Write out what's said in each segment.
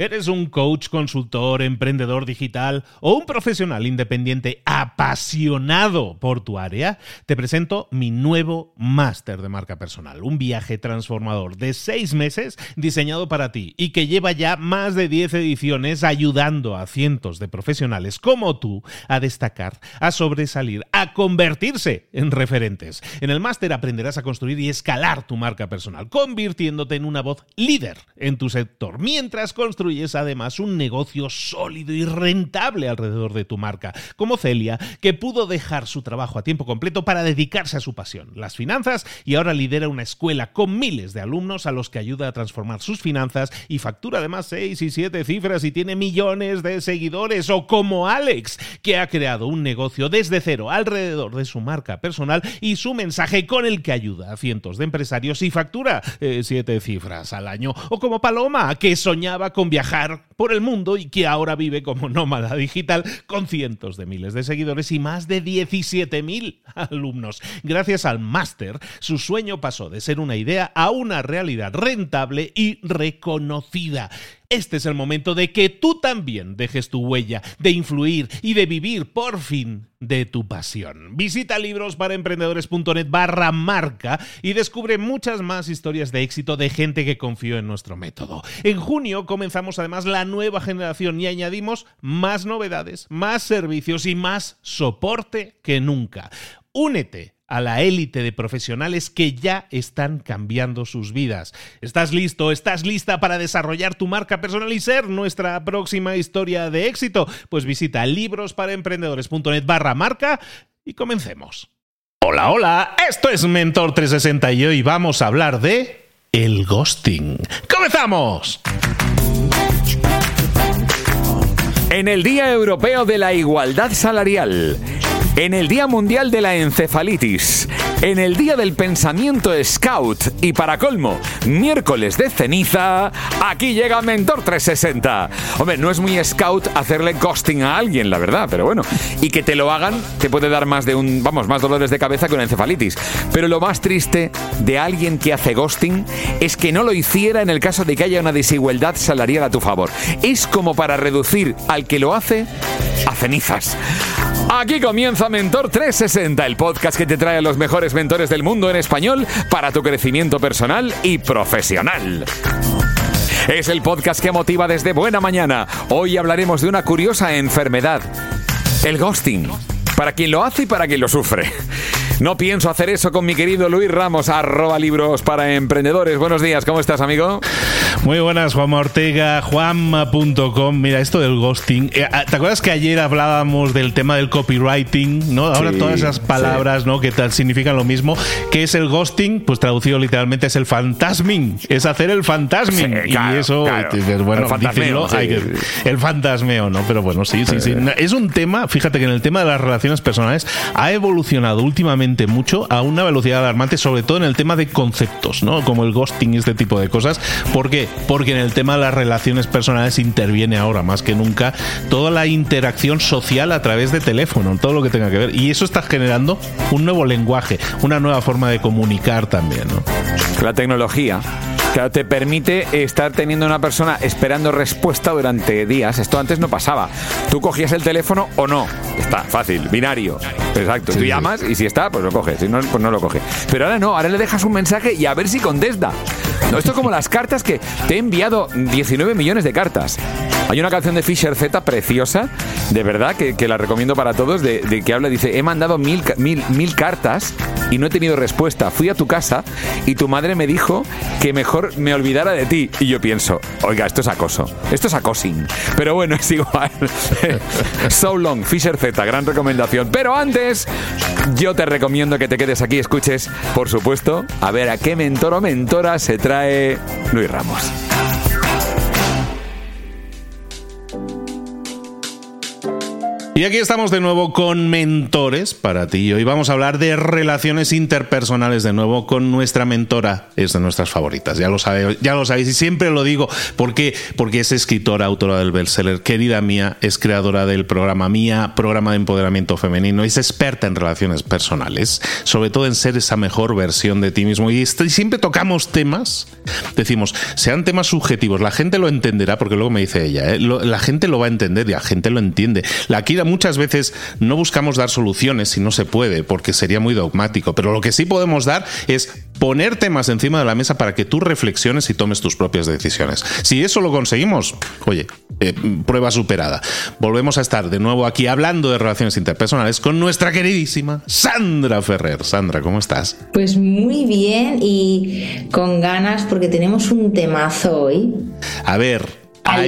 ¿Eres un coach, consultor, emprendedor digital o un profesional independiente apasionado por tu área? Te presento mi nuevo máster de marca personal, un viaje transformador de 6 meses diseñado para ti y que lleva ya más de 10 ediciones ayudando a cientos de profesionales como tú a destacar, a sobresalir, a convertirse en referentes. En el máster aprenderás a construir y escalar tu marca personal, convirtiéndote en una voz líder en tu sector, mientras construyes además un negocio sólido y rentable alrededor de tu marca, como Celia, que pudo dejar su trabajo a tiempo completo para dedicarse a su pasión, las finanzas, y ahora lidera una escuela con miles de alumnos a los que ayuda a transformar sus finanzas y factura además 6 y 7 cifras y tiene millones de seguidores. O como Alex, que ha creado un negocio desde cero alrededor de su marca personal y su mensaje, con el que ayuda a cientos de empresarios y factura 7 cifras al año. O como Paloma, que soñaba con viajar por el mundo y que ahora vive como nómada digital con cientos de miles de seguidores y más de 17.000 alumnos. Gracias al máster, su sueño pasó de ser una idea a una realidad rentable y reconocida. Este es el momento de que tú también dejes tu huella, de influir y de vivir por fin de tu pasión. Visita librosparaemprendedores.net/marca y descubre muchas más historias de éxito de gente que confió en nuestro método. En junio comenzamos además la nueva generación y añadimos más novedades, más servicios y más soporte que nunca. Únete a la élite de profesionales que ya están cambiando sus vidas. ¿Estás listo? ¿Estás lista para desarrollar tu marca personal y ser nuestra próxima historia de éxito? Pues visita librosparaemprendedores.net/marca y comencemos. Hola, hola, esto es Mentor 360 y hoy vamos a hablar de el ghosting. ¡Comenzamos! En el Día Europeo de la Igualdad Salarial, en el Día Mundial de la Encefalitis, en el Día del Pensamiento Scout y, para colmo, miércoles de ceniza, aquí llega Mentor 360. Hombre, no es muy scout hacerle ghosting a alguien, la verdad, pero bueno. Y que te lo hagan te puede dar más dolores de cabeza que una encefalitis. Pero lo más triste de alguien que hace ghosting es que no lo hiciera en el caso de que haya una desigualdad salarial a tu favor. Es como para reducir al que lo hace a cenizas. Aquí comienza Mentor 360, el podcast que te trae a los mejores mentores del mundo en español para tu crecimiento personal y profesional. Es el podcast que motiva desde buena mañana. Hoy hablaremos de una curiosa enfermedad, el ghosting, para quien lo hace y para quien lo sufre. No pienso hacer eso con mi querido Luis Ramos, @librosparaemprendedores. Buenos días, ¿cómo estás, amigo? Muy buenas, Juanma Ortega, juanma.com. Mira, esto del ghosting. ¿Te acuerdas que ayer hablábamos del tema del copywriting, ¿no? Ahora sí, todas esas palabras, sí, ¿no? Que significan lo mismo. ¿Qué es el ghosting? Pues traducido literalmente es el fantasming. Es hacer el fantasming. Sí, claro, y eso, claro. Bueno, el fantasmeo, sí. El fantasmeo, ¿no? Pero bueno, sí. Es un tema, fíjate que en el tema de las relaciones personales ha evolucionado últimamente mucho a una velocidad alarmante, sobre todo en el tema de conceptos, ¿no? Como el ghosting y este tipo de cosas. ¿Por qué? Porque en el tema de las relaciones personales interviene ahora más que nunca toda la interacción social a través de teléfono, todo lo que tenga que ver. Y eso está generando un nuevo lenguaje, una nueva forma de comunicar también, ¿no? La tecnología, claro, te permite estar teniendo a una persona esperando respuesta durante días. Esto antes no pasaba. Tú cogías el teléfono o no. Está fácil, binario. Exacto. Sí, tú llamas y si está, pues lo coges. Si no, pues no lo coges. Pero ahora no, ahora le dejas un mensaje y a ver si contesta. No, esto es como las cartas, que te he enviado 19 millones de cartas. Hay una canción de Fisher Z preciosa, de verdad, que la recomiendo para todos, de que habla, dice: he mandado mil cartas y no he tenido respuesta. Fui a tu casa y tu madre me dijo que mejor me olvidara de ti. Y yo pienso, oiga, esto es acoso, esto es acosing. Pero bueno, es igual. So Long, Fisher Z, gran recomendación. Pero antes, yo te recomiendo que te quedes aquí y escuches, por supuesto, a ver a qué mentor o mentora se trae Luis Ramos. Y aquí estamos de nuevo con mentores para ti. Hoy vamos a hablar de relaciones interpersonales de nuevo con nuestra mentora. Es de nuestras favoritas, ya lo sabéis y siempre lo digo. ¿Por qué? Porque es escritora, autora del bestseller Querida Mía, es creadora del programa Mía, programa de empoderamiento femenino, es experta en relaciones personales, sobre todo en ser esa mejor versión de ti mismo. Y siempre tocamos temas, decimos, sean temas subjetivos, la gente lo entenderá, porque luego me dice ella, la gente lo va a entender y la gente lo entiende. Muchas veces no buscamos dar soluciones si no se puede, porque sería muy dogmático, pero lo que sí podemos dar es poner temas encima de la mesa para que tú reflexiones y tomes tus propias decisiones. Si eso lo conseguimos, oye, prueba superada. Volvemos a estar de nuevo aquí hablando de relaciones interpersonales con nuestra queridísima Sandra Ferrer. Sandra, ¿cómo estás? Pues muy bien y con ganas porque tenemos un temazo hoy. A ver...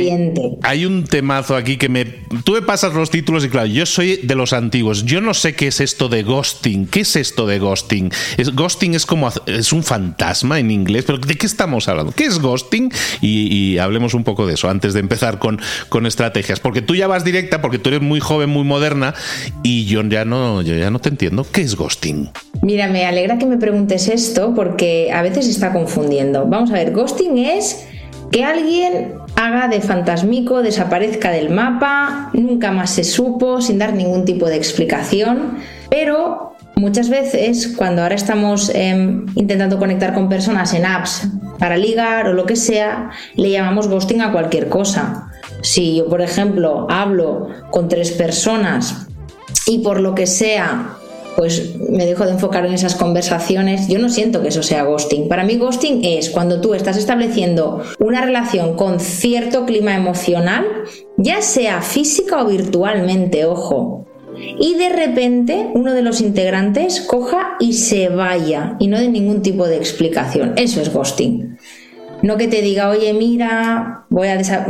Hay un temazo aquí que tú me pasas los títulos y claro, yo soy de los antiguos. Yo no sé qué es esto de ghosting. ¿Qué es esto de ghosting? Ghosting es un fantasma en inglés, pero ¿de qué estamos hablando? ¿Qué es ghosting? Y hablemos un poco de eso antes de empezar con estrategias. Porque tú ya vas directa, porque tú eres muy joven, muy moderna y yo ya no te entiendo. ¿Qué es ghosting? Mira, me alegra que me preguntes esto porque a veces se está confundiendo. Vamos a ver, ghosting es que alguien haga de fantasmico, desaparezca del mapa, nunca más se supo, sin dar ningún tipo de explicación, pero muchas veces cuando ahora estamos intentando conectar con personas en apps para ligar o lo que sea, le llamamos ghosting a cualquier cosa. Si yo, por ejemplo, hablo con 3 personas y por lo que sea pues me dejo de enfocar en esas conversaciones, yo no siento que eso sea ghosting. Para mí ghosting es cuando tú estás estableciendo una relación con cierto clima emocional, ya sea física o virtualmente, ojo, y de repente uno de los integrantes coja y se vaya y no de ningún tipo de explicación. Eso es ghosting. No que te diga, oye, mira, voy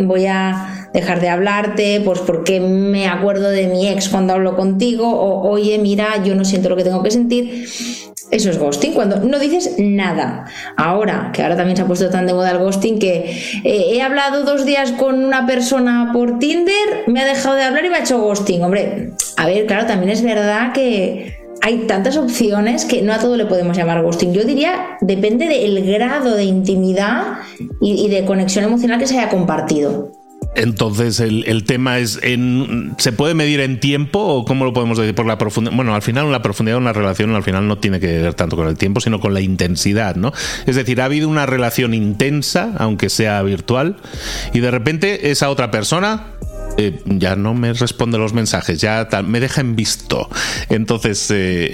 a dejar de hablarte, pues porque me acuerdo de mi ex cuando hablo contigo, o oye, mira, yo no siento lo que tengo que sentir. Eso es ghosting, cuando no dices nada. Ahora también se ha puesto tan de moda el ghosting que he hablado 2 días con una persona por Tinder, me ha dejado de hablar y me ha hecho ghosting. Hombre, a ver, claro, también es verdad que hay tantas opciones que no a todo le podemos llamar ghosting. Yo diría, depende del grado de intimidad y de conexión emocional que se haya compartido. Entonces, el tema es, ¿se puede medir en tiempo o cómo lo podemos decir? Por la profundidad. Bueno, al final la profundidad de una relación al final no tiene que ver tanto con el tiempo, sino con la intensidad, ¿no? Es decir, ha habido una relación intensa, aunque sea virtual, y de repente esa otra persona ya no me responde los mensajes, ya me deja en visto. Entonces,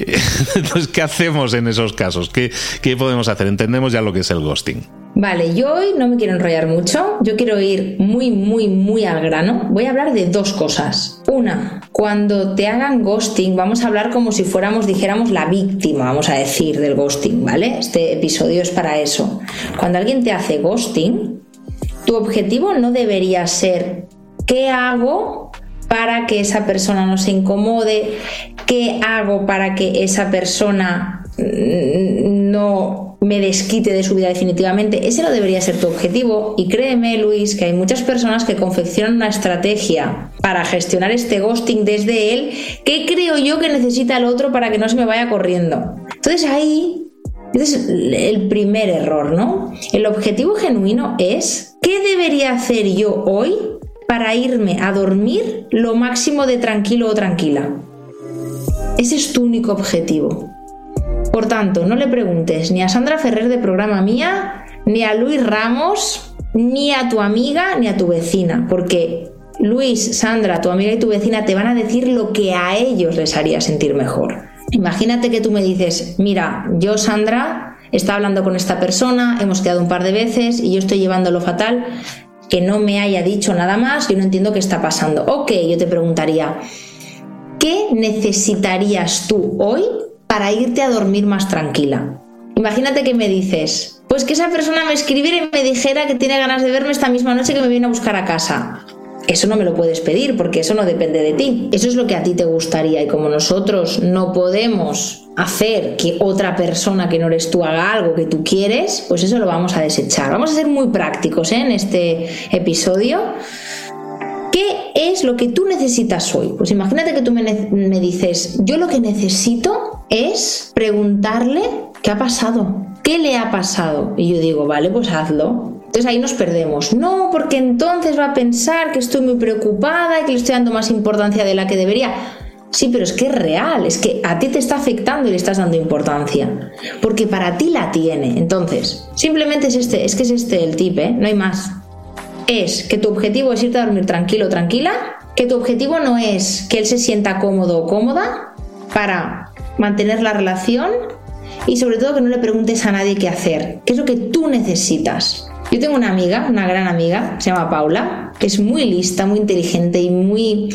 ¿qué hacemos en esos casos? ¿Qué podemos hacer? Entendemos ya lo que es el ghosting. Vale, yo hoy no me quiero enrollar mucho, yo quiero ir muy, muy, muy al grano. Voy a hablar de 2 cosas. Una, cuando te hagan ghosting, vamos a hablar como si dijéramos la víctima, vamos a decir, del ghosting, ¿vale? Este episodio es para eso. Cuando alguien te hace ghosting, tu objetivo no debería ser ¿qué hago para que esa persona no se incomode? ¿Qué hago para que esa persona no me desquite de su vida definitivamente? Ese no debería ser tu objetivo. Y créeme, Luis, que hay muchas personas que confeccionan una estrategia para gestionar este ghosting desde él. ¿Qué creo yo que necesita el otro para que no se me vaya corriendo? Entonces ahí es el primer error, ¿no? El objetivo genuino es ¿qué debería hacer yo hoy para irme a dormir lo máximo de tranquilo o tranquila? Ese es tu único objetivo. Por tanto, no le preguntes ni a Sandra Ferrer de Programa Mía, ni a Luis Ramos, ni a tu amiga, ni a tu vecina, porque Luis, Sandra, tu amiga y tu vecina te van a decir lo que a ellos les haría sentir mejor. Imagínate que tú me dices, mira, yo, Sandra, estaba hablando con esta persona, hemos quedado un par de veces y yo estoy llevándolo fatal, que no me haya dicho nada más, yo no entiendo qué está pasando. Ok, yo te preguntaría, ¿qué necesitarías tú hoy para irte a dormir más tranquila? Imagínate que me dices, pues que esa persona me escribiera y me dijera que tiene ganas de verme esta misma noche, que me viene a buscar a casa. Eso no me lo puedes pedir porque eso no depende de ti. Eso es lo que a ti te gustaría, y como nosotros no podemos hacer que otra persona que no eres tú haga algo que tú quieres, pues eso lo vamos a desechar. Vamos a ser muy prácticos en este episodio. ¿Qué ¿qué es lo que tú necesitas hoy? Pues imagínate que tú me dices, yo lo que necesito es preguntarle qué ha pasado, qué le ha pasado. Y yo digo, vale, pues hazlo. Entonces ahí nos perdemos. No, porque entonces va a pensar que estoy muy preocupada y que le estoy dando más importancia de la que debería. Sí, pero es que es real, es que a ti te está afectando y le estás dando importancia, porque para ti la tiene. Entonces, simplemente es este el tip, no hay más. Es que tu objetivo es irte a dormir tranquilo, tranquila, que tu objetivo no es que él se sienta cómodo o cómoda para mantener la relación y sobre todo que no le preguntes a nadie qué hacer, qué es lo que tú necesitas. Yo tengo una amiga, una gran amiga, se llama Paula, que es muy lista, muy inteligente y muy...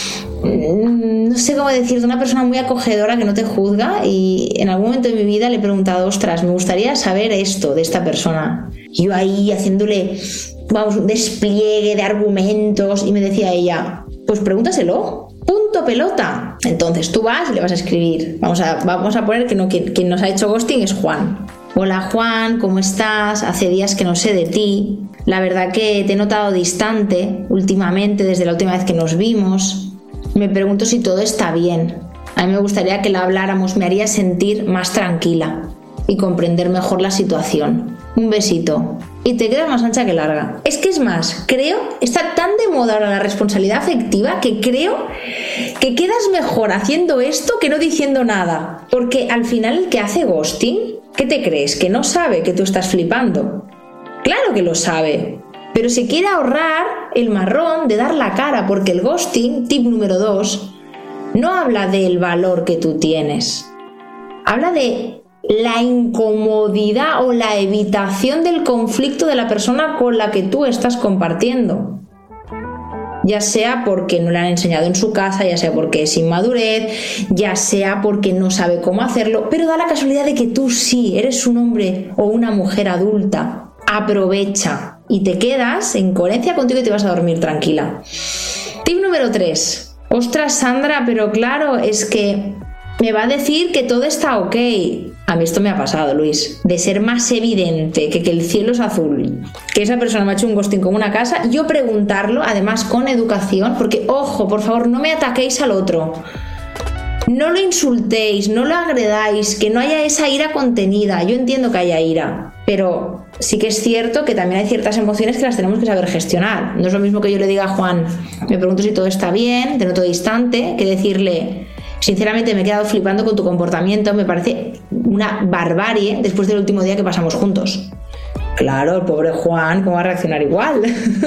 no sé cómo decirte, una persona muy acogedora que no te juzga, y en algún momento de mi vida le he preguntado, ostras, me gustaría saber esto de esta persona. Y yo ahí haciéndole, un despliegue de argumentos, y me decía ella, pues pregúntaselo, punto pelota. Entonces tú vas y le vas a escribir. Vamos a poner que quien nos ha hecho ghosting es Juan. Hola Juan, ¿cómo estás? Hace días que no sé de ti. La verdad que te he notado distante últimamente, desde la última vez que nos vimos. Me pregunto si todo está bien. A mí me gustaría que la habláramos, me haría sentir más tranquila y comprender mejor la situación. Un besito. Y te quedas más ancha que larga. Es que es más, creo, está tan de moda ahora la responsabilidad afectiva que creo que quedas mejor haciendo esto que no diciendo nada. Porque al final el que hace ghosting, ¿qué te crees? ¿Que no sabe que tú estás flipando? Claro que lo sabe, pero se quiere ahorrar el marrón de dar la cara, porque el ghosting, tip número 2, no habla del valor que tú tienes. Habla de la incomodidad o la evitación del conflicto de la persona con la que tú estás compartiendo. Ya sea porque no le han enseñado en su casa, ya sea porque es inmadurez, ya sea porque no sabe cómo hacerlo, pero da la casualidad de que tú sí, eres un hombre o una mujer adulta. Aprovecha y te quedas en coherencia contigo y te vas a dormir tranquila. Tip número 3. Ostras, Sandra, pero claro, es que me va a decir que todo está ok. A mí esto me ha pasado, Luis, de ser más evidente que el cielo es azul, que esa persona me ha hecho un ghosting como una casa, yo preguntarlo, además con educación, porque, ojo, por favor, no me ataquéis al otro. No lo insultéis, no lo agredáis, que no haya esa ira contenida. Yo entiendo que haya ira, pero sí que es cierto que también hay ciertas emociones que las tenemos que saber gestionar. No es lo mismo que yo le diga a Juan, me pregunto si todo está bien, te noto distante, que decirle, sinceramente me he quedado flipando con tu comportamiento, me parece una barbarie después del último día que pasamos juntos. Claro, el pobre Juan, ¿cómo va a reaccionar igual?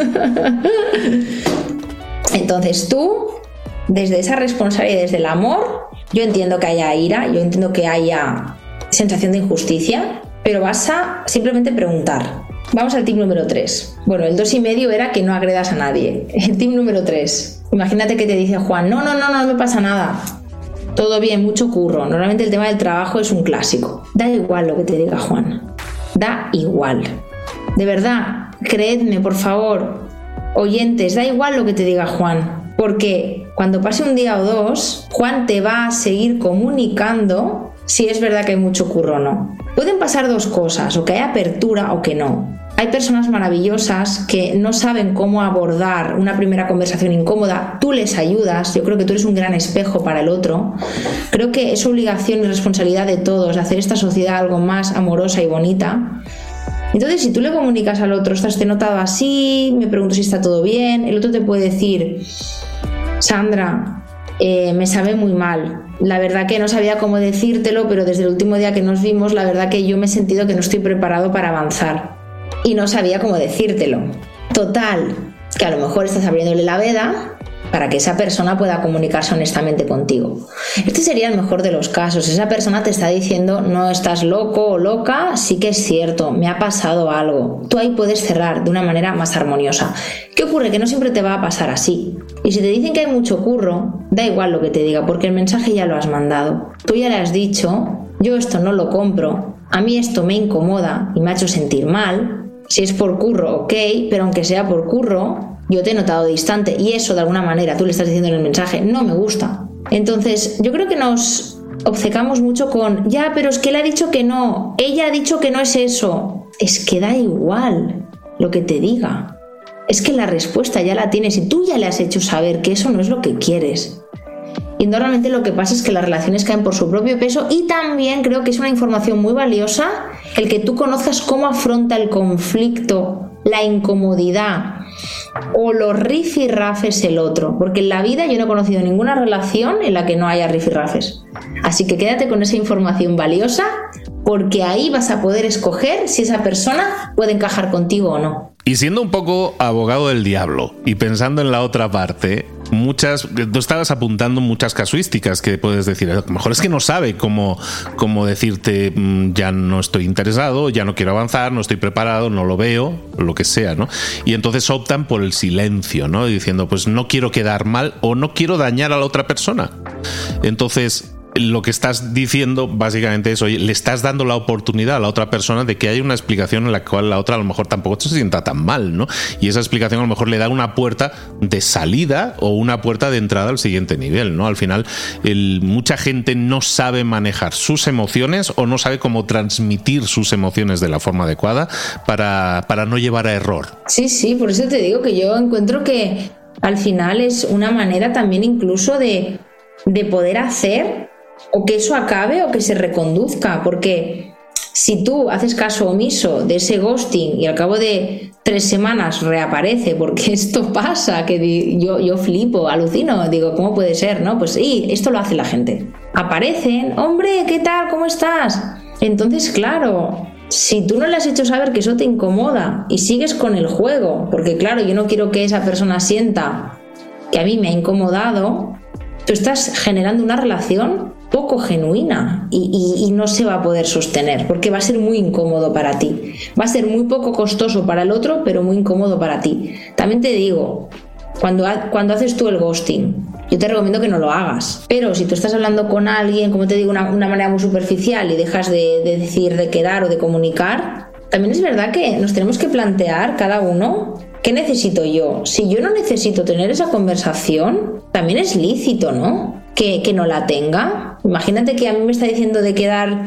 Entonces tú, desde esa responsabilidad y desde el amor, yo entiendo que haya ira, yo entiendo que haya sensación de injusticia, pero vas a simplemente preguntar. Vamos al tip número 3. Bueno, el 2,5 era que no agredas a nadie. El tip número 3. Imagínate que te dice Juan, no me pasa nada. Todo bien, mucho curro. Normalmente el tema del trabajo es un clásico. Da igual lo que te diga Juan. Da igual. De verdad, creedme, por favor, oyentes, da igual lo que te diga Juan. Porque cuando pase un día o dos, Juan te va a seguir comunicando si es verdad que hay mucho curro o no. Pueden pasar dos cosas, o que hay apertura o que no. Hay personas maravillosas que no saben cómo abordar una primera conversación incómoda. Tú les ayudas, yo creo que tú eres un gran espejo para el otro. Creo que es obligación y responsabilidad de todos hacer esta sociedad algo más amorosa y bonita. Entonces, si tú le comunicas al otro, te he notado así, me pregunto si está todo bien, el otro te puede decir, Sandra, me sabe muy mal. La verdad que no sabía cómo decírtelo, pero desde el último día que nos vimos, la verdad que yo me he sentido que no estoy preparado para avanzar. Y no sabía cómo decírtelo. Total, que a lo mejor estás abriéndole la veda para que esa persona pueda comunicarse honestamente contigo. Este sería el mejor de los casos. Esa persona te está diciendo, no estás loco o loca, sí que es cierto, me ha pasado algo. Tú ahí puedes cerrar de una manera más armoniosa. ¿Qué ocurre? Que no siempre te va a pasar así. Y si te dicen que hay mucho curro, da igual lo que te diga, porque el mensaje ya lo has mandado. Tú ya le has dicho, yo esto no lo compro, a mí esto me incomoda y me ha hecho sentir mal. Si es por curro, ok, pero aunque sea por curro, yo te he notado distante y eso de alguna manera tú le estás diciendo en el mensaje, no me gusta. Entonces, yo creo que nos obcecamos mucho con, ya, pero es que él ha dicho que no, ella ha dicho que no es eso. Es que da igual lo que te diga. es que la respuesta ya la tienes y tú ya le has hecho saber que eso no es lo que quieres. Y normalmente lo que pasa es que las relaciones caen por su propio peso, y también creo que es una información muy valiosa el que tú conozcas cómo afronta el conflicto, la incomodidad o los rifirrafes el otro, porque en la vida yo no he conocido ninguna relación en la que no haya rifirrafes. Así que quédate con esa información valiosa, porque ahí vas a poder escoger si esa persona puede encajar contigo o no. Y siendo un poco abogado del diablo y pensando en la otra parte, tú estabas apuntando muchas casuísticas que puedes decir, a lo mejor es que no sabe cómo decirte ya no estoy interesado, ya no quiero avanzar, no estoy preparado, no lo veo, lo que sea, ¿no? Y entonces optan por el silencio, ¿no? Diciendo, pues no quiero quedar mal o no quiero dañar a la otra persona. Entonces, lo que estás diciendo básicamente es, oye, le estás dando la oportunidad a la otra persona de que haya una explicación en la cual la otra a lo mejor tampoco se sienta tan mal, ¿no? Y esa explicación a lo mejor le da una puerta de salida o una puerta de entrada al siguiente nivel, ¿no? Al final, mucha gente no sabe manejar sus emociones o no sabe cómo transmitir sus emociones de la forma adecuada para no llevar a error. Sí, por eso te digo que yo encuentro que al final es una manera también incluso de poder hacer o que eso acabe o que se reconduzca, porque si tú haces caso omiso de ese ghosting y al cabo de 3 semanas reaparece, porque esto pasa, que yo flipo, alucino, digo, ¿cómo puede ser? ¿No? Pues sí, esto lo hace la gente. Aparecen, hombre, ¿qué tal? ¿Cómo estás? Entonces, claro, si tú no le has hecho saber que eso te incomoda y sigues con el juego, porque claro, yo no quiero que esa persona sienta que a mí me ha incomodado, tú estás generando una relación poco genuina y no se va a poder sostener, porque va a ser muy incómodo para ti. Va a ser muy poco costoso para el otro, pero muy incómodo para ti. También te digo, cuando haces tú el ghosting, yo te recomiendo que no lo hagas. Pero si tú estás hablando con alguien, como te digo, una manera muy superficial y dejas de decir, de quedar o de comunicar, también es verdad que nos tenemos que plantear cada uno ¿qué necesito yo? Si yo no necesito tener esa conversación, también es lícito, ¿no? Que no la tenga. Imagínate que a mí me está diciendo de quedar,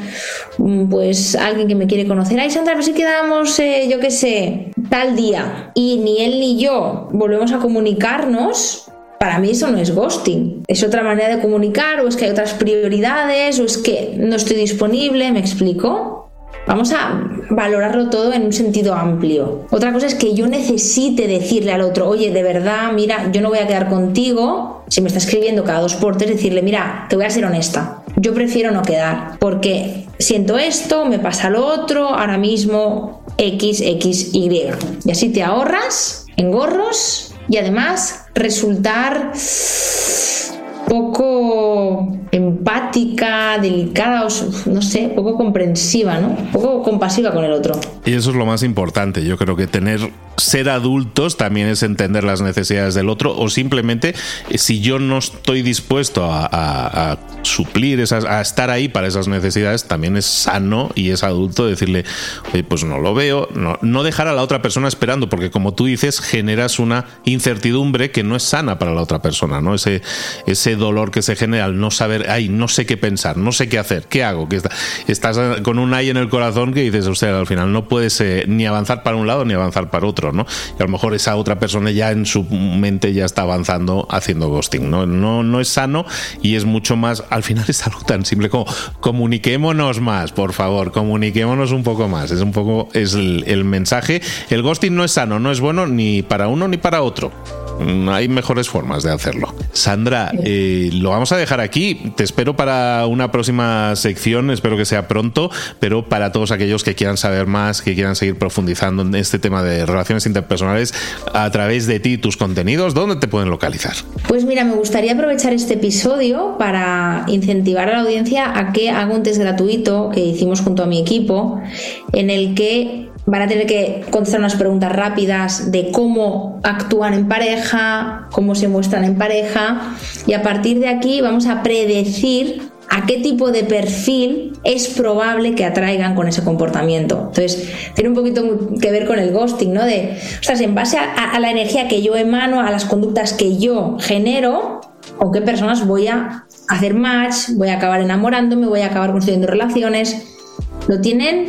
pues, alguien que me quiere conocer. Ay, Sandra, pues si quedamos, yo qué sé, tal día. Y ni él ni yo volvemos a comunicarnos. Para mí eso no es ghosting. Es otra manera de comunicar, o es que hay otras prioridades, o es que no estoy disponible, ¿me explico? Vamos a valorarlo todo en un sentido amplio. Otra cosa es que yo necesite decirle al otro, oye, de verdad, mira, yo no voy a quedar contigo. Si me está escribiendo cada 2x3, decirle, mira, te voy a ser honesta, yo prefiero no quedar, porque siento esto, me pasa lo otro, ahora mismo XY. Y así te ahorras engorros y además resultar poco empática, delicada, no sé, poco comprensiva, ¿no? Poco compasiva con el otro. Y eso es lo más importante. Yo creo que ser adultos también es entender las necesidades del otro, o simplemente si yo no estoy dispuesto a suplir a estar ahí para esas necesidades, también es sano y es adulto decirle, oye, pues no lo veo, no dejar a la otra persona esperando, porque como tú dices, generas una incertidumbre que no es sana para la otra persona, ¿no? Ese dolor que se genera al no saber, ay, no sé qué pensar, no sé qué hacer, qué hago, que estás con un ay en el corazón que dices, o sea, al final no puedes ni avanzar para un lado ni avanzar para otro, ¿no? Y a lo mejor esa otra persona ya en su mente ya está avanzando haciendo ghosting, ¿no? No es sano, y es mucho más, al final es algo tan simple como comuniquémonos más, por favor, comuniquémonos un poco más, es el mensaje. El ghosting no es sano, no es bueno ni para uno ni para otro. Hay mejores formas de hacerlo. Sandra, lo vamos a dejar aquí. Te espero para una próxima sección, espero que sea pronto, pero para todos aquellos que quieran saber más, que quieran seguir profundizando en este tema de relaciones interpersonales a través de ti y tus contenidos, ¿dónde te pueden localizar? Pues mira, me gustaría aprovechar este episodio para incentivar a la audiencia a que haga un test gratuito que hicimos junto a mi equipo, en el que van a tener que contestar unas preguntas rápidas de cómo actúan en pareja, cómo se muestran en pareja, y a partir de aquí vamos a predecir a qué tipo de perfil es probable que atraigan con ese comportamiento. Entonces, tiene un poquito que ver con el ghosting, ¿no? De, ostras, en base a la energía que yo emano, a las conductas que yo genero, con qué personas voy a hacer match, voy a acabar enamorándome, voy a acabar construyendo relaciones. Lo tienen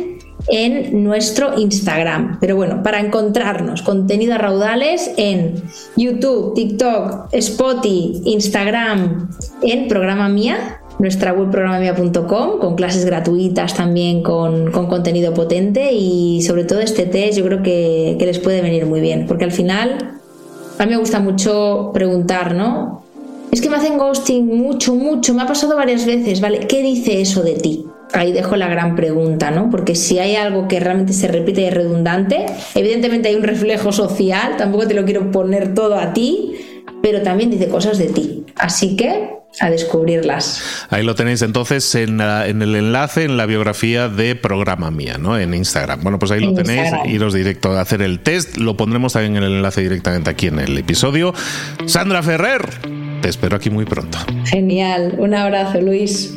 en nuestro Instagram. Pero bueno, para encontrarnos contenido a raudales en YouTube, TikTok, Spotify, Instagram, en Programa Mía, nuestra web programamia.com, con clases gratuitas también, con contenido potente, y sobre todo este test yo creo que les puede venir muy bien, porque al final a mí me gusta mucho preguntar, ¿no? Es que me hacen ghosting mucho, me ha pasado varias veces, ¿vale? ¿Qué dice eso de ti? Ahí dejo la gran pregunta, ¿no? Porque si hay algo que realmente se repite y es redundante, evidentemente hay un reflejo social, tampoco te lo quiero poner todo a ti, pero también dice cosas de ti. Así que a descubrirlas. Ahí lo tenéis entonces en el enlace, en la biografía de Programa Mía, ¿no? En Instagram. Bueno, pues ahí lo tenéis. Instagram. Iros directo a hacer el test. Lo pondremos también en el enlace directamente aquí en el episodio. Sandra Ferrer, te espero aquí muy pronto. Genial. Un abrazo, Luis.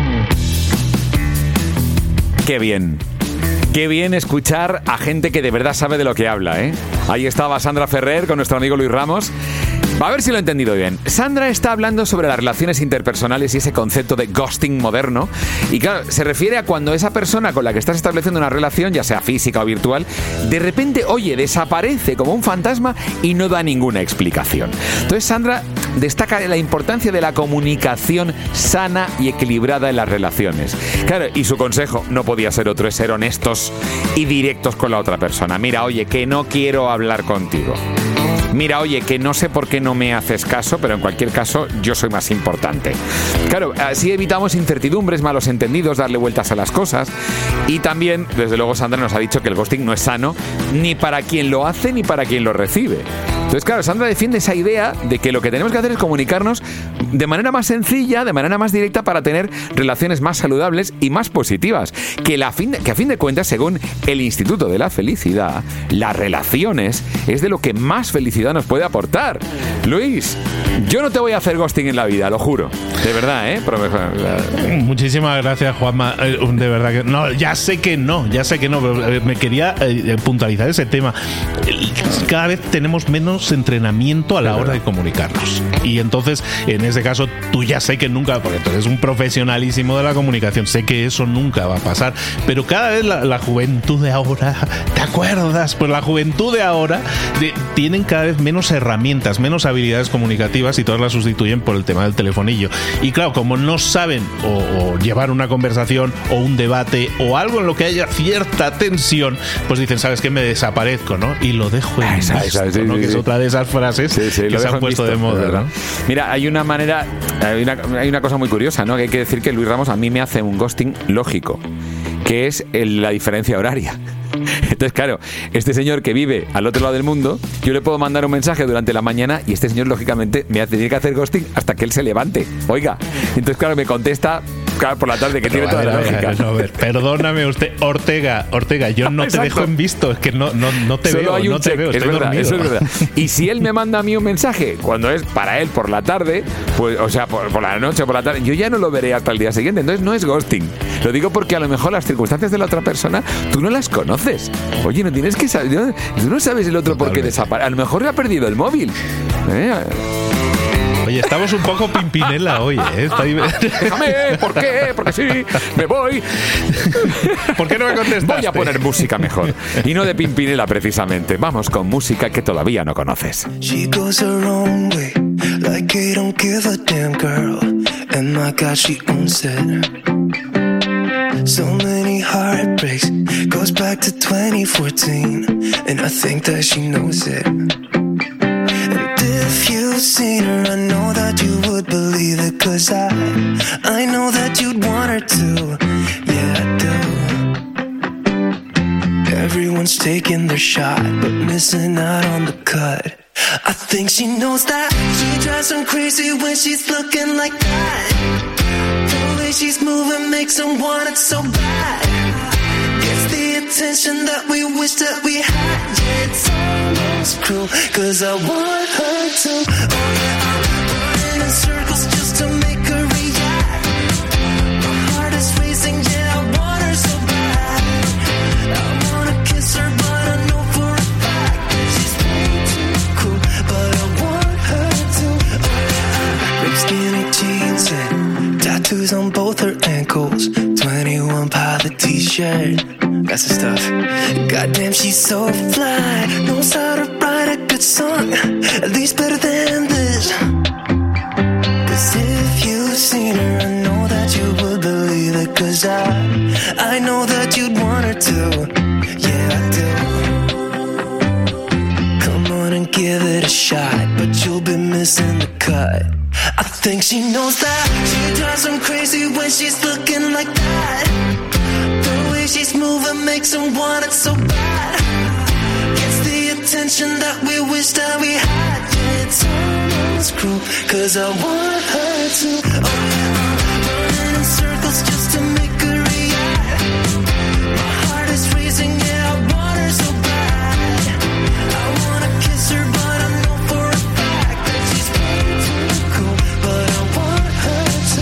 Qué bien. Qué bien escuchar a gente que de verdad sabe de lo que habla, ¿eh? Ahí estaba Sandra Ferrer con nuestro amigo Luis Ramos. A ver si lo he entendido bien. Sandra está hablando sobre las relaciones interpersonales y ese concepto de ghosting moderno. Y claro, se refiere a cuando esa persona con la que estás estableciendo una relación, ya sea física o virtual, de repente, desaparece como un fantasma y no da ninguna explicación. Entonces Sandra destaca la importancia de la comunicación sana y equilibrada en las relaciones. Claro, y su consejo no podía ser otro, es ser honestos y directos con la otra persona. Mira, que no quiero hablar contigo. Mira, que no sé por qué no me haces caso, pero en cualquier caso yo soy más importante. Claro, así evitamos incertidumbres, malos entendidos, darle vueltas a las cosas. Y también, desde luego, Sandra nos ha dicho que el ghosting no es sano ni para quien lo hace ni para quien lo recibe. Entonces, claro, Sandra defiende esa idea de que lo que tenemos que hacer es comunicarnos de manera más sencilla, de manera más directa, para tener relaciones más saludables y más positivas. Que a fin de cuentas, según el Instituto de la Felicidad, las relaciones es de lo que más felicidad nos puede aportar. Luis, yo no te voy a hacer ghosting en la vida, lo juro. De verdad, ¿eh? Muchísimas gracias, Juanma. De verdad que no, ya sé que no, pero me quería puntualizar ese tema. Cada vez tenemos menos entrenamiento a la hora de comunicarnos. Y entonces, en ese caso, tú ya sé que nunca, porque tú eres un profesionalísimo de la comunicación, sé que eso nunca va a pasar, pero cada vez la juventud de ahora, ¿te acuerdas? Pues la juventud de ahora tienen cada vez menos herramientas, menos habilidades comunicativas, y todas las sustituyen por el tema del telefonillo. Y claro, como no saben o llevar una conversación o un debate o algo en lo que haya cierta tensión, pues dicen, ¿sabes qué? Me desaparezco, ¿no? Y lo dejo en visto, ¿no? Que es otra de esas frases que se han puesto de moda, ¿no? Mira, hay una cosa muy curiosa, ¿no? Que hay que decir que Luis Ramos a mí me hace un ghosting lógico, que es la diferencia horaria. Entonces, claro, este señor que vive al otro lado del mundo, yo le puedo mandar un mensaje durante la mañana y este señor, lógicamente, me tiene que hacer ghosting hasta que él se levante. Entonces, claro, me contesta por la tarde, que tiene toda la lógica. A ver, perdóname usted, Ortega, yo no te dejo en visto, es que no te Solo veo, hay un no te check, veo, es verdad, eso es verdad. Y si él me manda a mí un mensaje cuando es para él por la tarde, pues, por la noche o por la tarde, yo ya no lo veré hasta el día siguiente. Entonces no es ghosting. Lo digo porque a lo mejor las circunstancias de la otra persona tú no las conoces. No tienes que saber, tú no sabes el otro por qué desaparece. A lo mejor ha perdido el móvil. Oye, estamos un poco Pimpinela hoy, ¿eh? Déjame, ¿por qué? Porque sí, me voy. ¿Por qué no me contestaste? Voy a poner música mejor. Y no de Pimpinela, precisamente. Vamos con música que todavía no conoces. She goes her own way, like I don't give a damn girl. And my God, she owns it. So many heartbreaks, goes back to 2014. And I think that she knows it. If you've seen her, I know that you would believe it. Cause I know that you'd want her to. Yeah, I do. Everyone's taking their shot, but missing out on the cut. I think she knows that. She drives them crazy when she's looking like that. The way she's moving makes them want it so bad. Gets the attention that we wish that we had. Yeah, it's almost cruel, cause I want her to. Oh yeah, I'm running in circles just to make her react. My heart is racing, yeah, I want her so bad. I wanna kiss her, but I know for a fact that she's way too cool, but I want her to. Oh yeah, ripped skinny jeans and tattoos on both her ankles. 21 Pilot t-shirt. That's the stuff. Goddamn, she's so fly. Knows how to write a good song, at least better than this. 'Cause if you've seen her, I know that you would believe it. 'Cause I know that you'd want her to. Yeah, I do. Come on and give it a shot, but you'll be missing the cut. I think she knows that. She drives him crazy when she's looking like that. The way she's moving makes him want it so bad. Gets the attention that we wish that we had. Yeah, it's almost cruel, 'cause I want her to. Oh yeah, I'm running in circles just to make her react. My heart is racing, yeah, I want her so bad. I wanna kiss her, but I know for a fact that she's way too cool. But I want her to.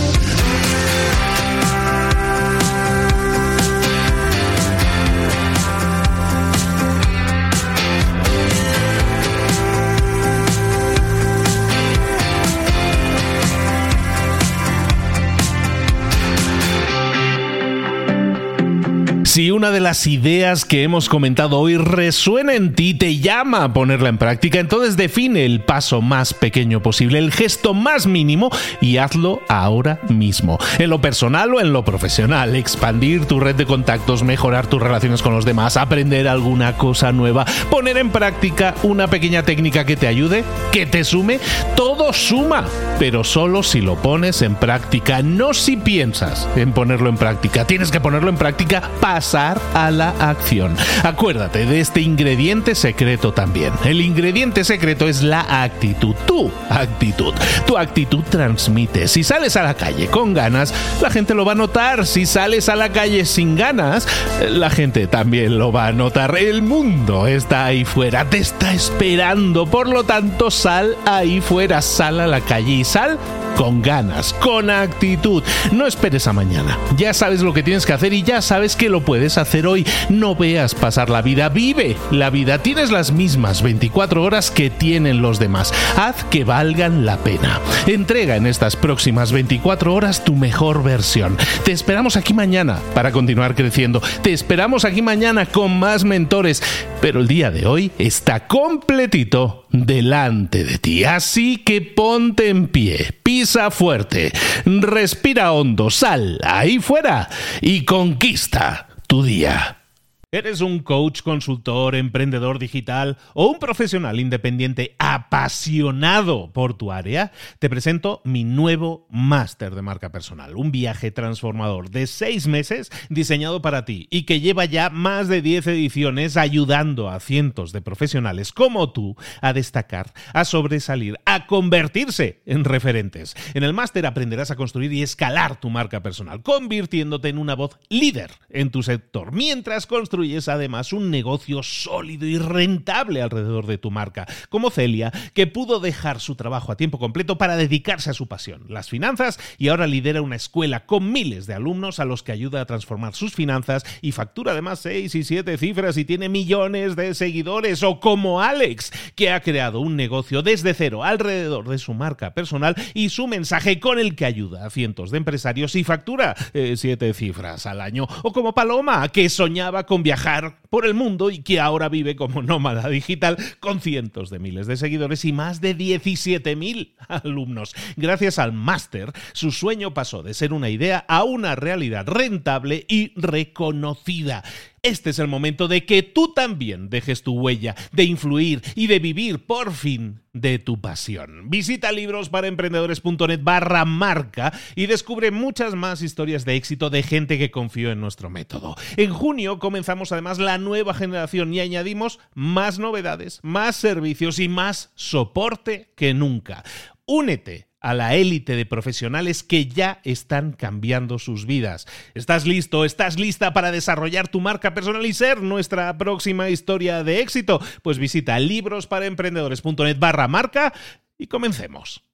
Si una de las ideas que hemos comentado hoy resuena en ti, te llama a ponerla en práctica, entonces define el paso más pequeño posible, el gesto más mínimo, y hazlo ahora mismo. En lo personal o en lo profesional, expandir tu red de contactos, mejorar tus relaciones con los demás, aprender alguna cosa nueva, poner en práctica una pequeña técnica que te ayude, que te sume, todo suma, pero solo si lo pones en práctica, no si piensas en ponerlo en práctica. Tienes que ponerlo en práctica, pasar a la acción. Acuérdate de este ingrediente secreto también. El ingrediente secreto es la actitud, tu actitud. Tu actitud transmite. Si sales a la calle con ganas, la gente lo va a notar. Si sales a la calle sin ganas, la gente también lo va a notar. El mundo está ahí fuera, te está esperando. Por lo tanto, sal ahí fuera, sal a la calle y sal con ganas, con actitud. No esperes a mañana. Ya sabes lo que tienes que hacer y ya sabes que lo puedes hacer hoy. No veas pasar la vida, vive la vida. Tienes las mismas 24 horas que tienen los demás. Haz que valgan la pena. Entrega en estas próximas 24 horas tu mejor versión. Te esperamos aquí mañana para continuar creciendo. Te esperamos aquí mañana con más mentores. Pero el día de hoy está completito delante de ti. Así que ponte en pie, pisa fuerte, respira hondo, sal ahí fuera y conquista tu día. ¿Eres un coach, consultor, emprendedor digital o un profesional independiente apasionado por tu área? Te presento mi nuevo máster de marca personal, un viaje transformador de 6 meses diseñado para ti y que lleva ya más de 10 ediciones ayudando a cientos de profesionales como tú a destacar, a sobresalir, a convertirse en referentes. En el máster aprenderás a construir y escalar tu marca personal, convirtiéndote en una voz líder en tu sector, mientras construyes además un negocio sólido y rentable alrededor de tu marca, como Celia, que pudo dejar su trabajo a tiempo completo para dedicarse a su pasión, las finanzas, y ahora lidera una escuela con miles de alumnos a los que ayuda a transformar sus finanzas y factura además 6 y 7 cifras y tiene millones de seguidores. O como Alex, que ha creado un negocio desde cero alrededor de su marca personal y su mensaje, con el que ayuda a cientos de empresarios y factura 7 cifras al año. O como Paloma, que soñaba con viajar por el mundo y que ahora vive como nómada digital con cientos de miles de seguidores y más de 17.000 alumnos. Gracias al máster, su sueño pasó de ser una idea a una realidad rentable y reconocida. Este es el momento de que tú también dejes tu huella, de influir y de vivir por fin de tu pasión. Visita librosparaemprendedores.net/marca y descubre muchas más historias de éxito de gente que confió en nuestro método. En junio comenzamos además la nueva generación y añadimos más novedades, más servicios y más soporte que nunca. Únete a la élite de profesionales que ya están cambiando sus vidas. ¿Estás listo? ¿Estás lista para desarrollar tu marca personal y ser nuestra próxima historia de éxito? Pues visita librosparaemprendedores.net/marca y comencemos.